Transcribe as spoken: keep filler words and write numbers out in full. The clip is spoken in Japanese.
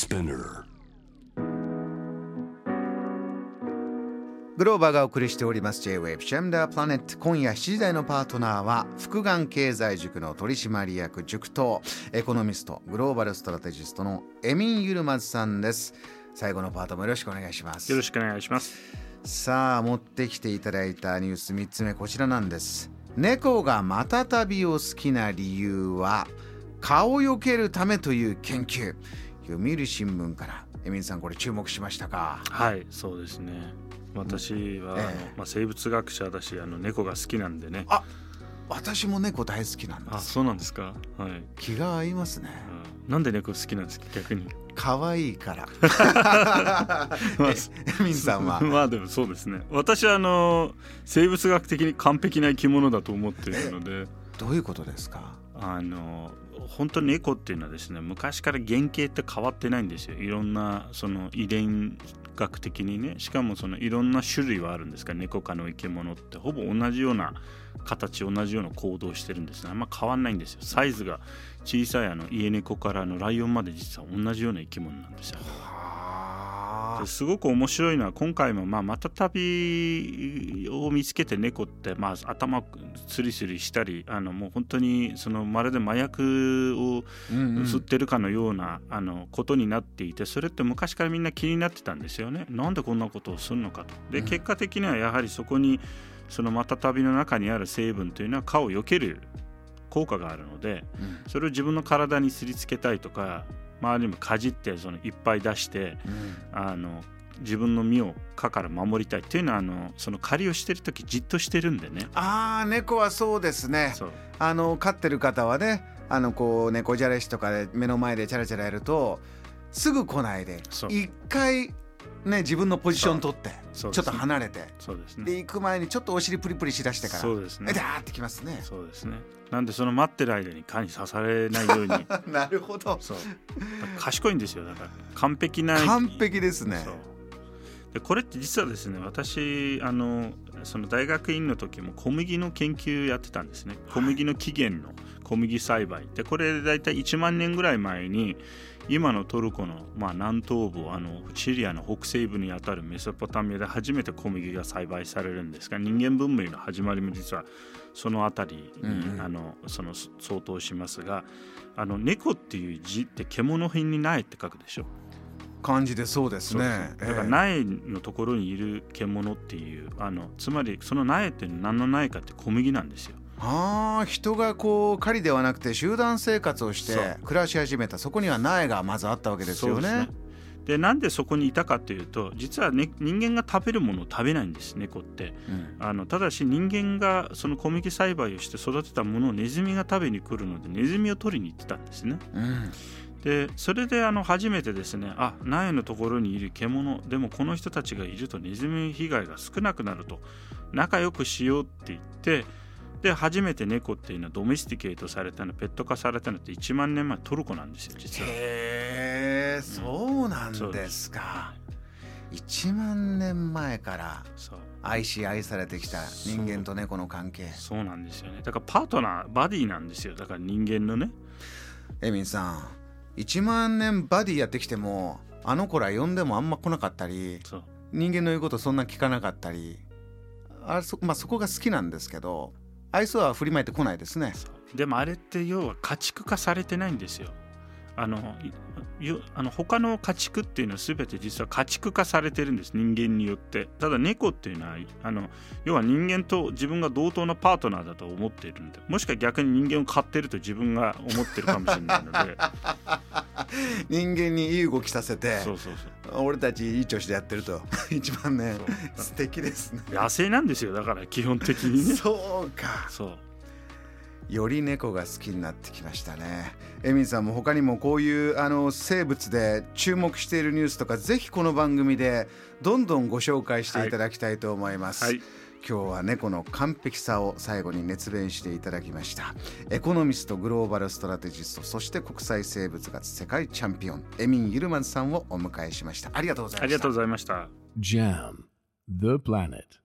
Spinner。 グローバーがお送りしております J-Wave Sham the Planet。 今夜しちじ台のパートナーは福眼経済塾の取締役塾頭エコノミストグローバルストラテジストのエミン・ユルマズさんです。最後のパートもよろしくお願いします。 よろしくお願いします。 さあ持ってきていただいたニュースみっつめ、こちらなんです。猫がマタタビを好きな理由は蚊を避けるためという研究。読売新聞から。エミンさん、これ注目しましたか？ はい、そうですね。私は、ええあのまあ、生物学者だし、あの猫が好きなんでね。 あ、私も猫大好きなんです。 あ、そうなんですか。はい、 気が合いますね。 うん、なんで猫好きなんですか、逆に？ 可愛いからまあ、エミンさんはまあでもそうですね。私はあの生物学的に完璧な生き物だと思っているので。 どういうことですか？ あの本当に猫っていうのはですね、昔から原型って変わってないんですよ。いろんなその遺伝学的にね、しかもそのいろんな種類はあるんですが、猫科の生き物ってほぼ同じような形、同じような行動をしてるんですね。あんま変わんないんですよ。サイズが小さいあの家猫からのライオンまで実は同じような生き物なんですよ。すごく面白いのは、今回もまあマタタビを見つけて猫ってまあ頭スリスリしたり、あのもう本当にそのまるで麻薬を吸ってるかのようなあのことになっていて、それって昔からみんな気になってたんですよね。なんでこんなことをするのかと。で結果的にはやはりそこにそのマタタビの中にある成分というのは蚊を避ける効果があるので、それを自分の体にすりつけたいとか、周りにもかじってそのいっぱい出して、うん、あの自分の身を蚊から守りたいっていうのは、あのその狩りをしてるときじっとしてるんでね。 ああ、猫はそうですね。あの飼ってる方はね、あのこう猫じゃらしとかで目の前でチャラチャラやるとすぐ来ないで一回ね、自分のポジション取ってちょっと離れて、 そうですね。 で行く前にちょっとお尻プリプリしだしてから、 そうですね。 えだーってきますね。 そうですね。なんでその待ってる間に蚊に刺されないようになるほど。 そう、賢いんですよ。だから完璧な完璧ですね。 そうでこれって実はですね、私あのその大学院の時も小麦の研究やってたんですね。小麦の起源の小麦栽培で、これだいたいいちまんねんぐらい前に今のトルコの、まあ、南東部、あのシリアの北西部にあたるメソポタミアで初めて小麦が栽培されるんですが、人間文明の始まりも実はそのあたりに、うんうん、あのその相当しますが、あの猫っていう字って獣編に苗って書くでしょ。 漢字でそうですね。 そうそう、だから苗のところにいる獣っていう、あのつまりその苗って何の苗かって小麦なんですよ。 ああ、人がこう狩りではなくて集団生活をして暮らし始めた、そこには苗がまずあったわけですよね。そうですね。 でなんでそこにいたかというと、実は、ね、人間が食べるものを食べないんです、猫って、うん、あのただし人間がその小麦栽培をして育てたものをネズミが食べに来るので、ネズミを取りに行ってたんですね、うん、でそれであの初めてですね、あ、苗のところにいる獣でもこの人たちがいるとネズミ被害が少なくなると、仲良くしようって言って、で初めて猫っていうのはドメスティケートされたの、ペット化されたのっていちまんねんまえトルコなんですよ、実は。 へー、そうなんですか。いちまんねんまえから愛し愛されてきた人間と猫の関係。 そう、そうなんですよね。だからパートナー、バディなんですよ。だから人間のね。 エミンさん、いちまんねんバディやってきても、あの子ら呼んでもあんま来なかったり、人間の言うことそんな聞かなかったり、あそ、まあ、そこが好きなんですけど、愛想は振りまいてこないですね。 でもあれって要は家畜化されてないんですよ。あのあの他の家畜っていうのは全て実は家畜化されてるんです、人間によって。ただ猫っていうのはあの要は人間と自分が同等のパートナーだと思っているんで、もしくは逆に人間を飼ってると自分が思ってるかもしれないので人間にいい動きさせて、 そうそうそう、 俺たちいい調子でやってるといちまんねん素敵ですね。 野生なんですよ、だから基本的にね。 そうか。 そう、 より猫が好きになってきましたね。エミンさんも他にもこういうあの生物で注目しているニュースとか、ぜひこの番組でどんどんご紹介していただきたいと思います、はいはい。今日は猫の完璧さを最後に熱弁していただきました。エコノミスト、グローバルストラテジスト、そして国際生物学世界チャンピオン、エミン・ユルマンさんをお迎えしました。ありがとうございました。 ありがとうございました。 Jam the Planet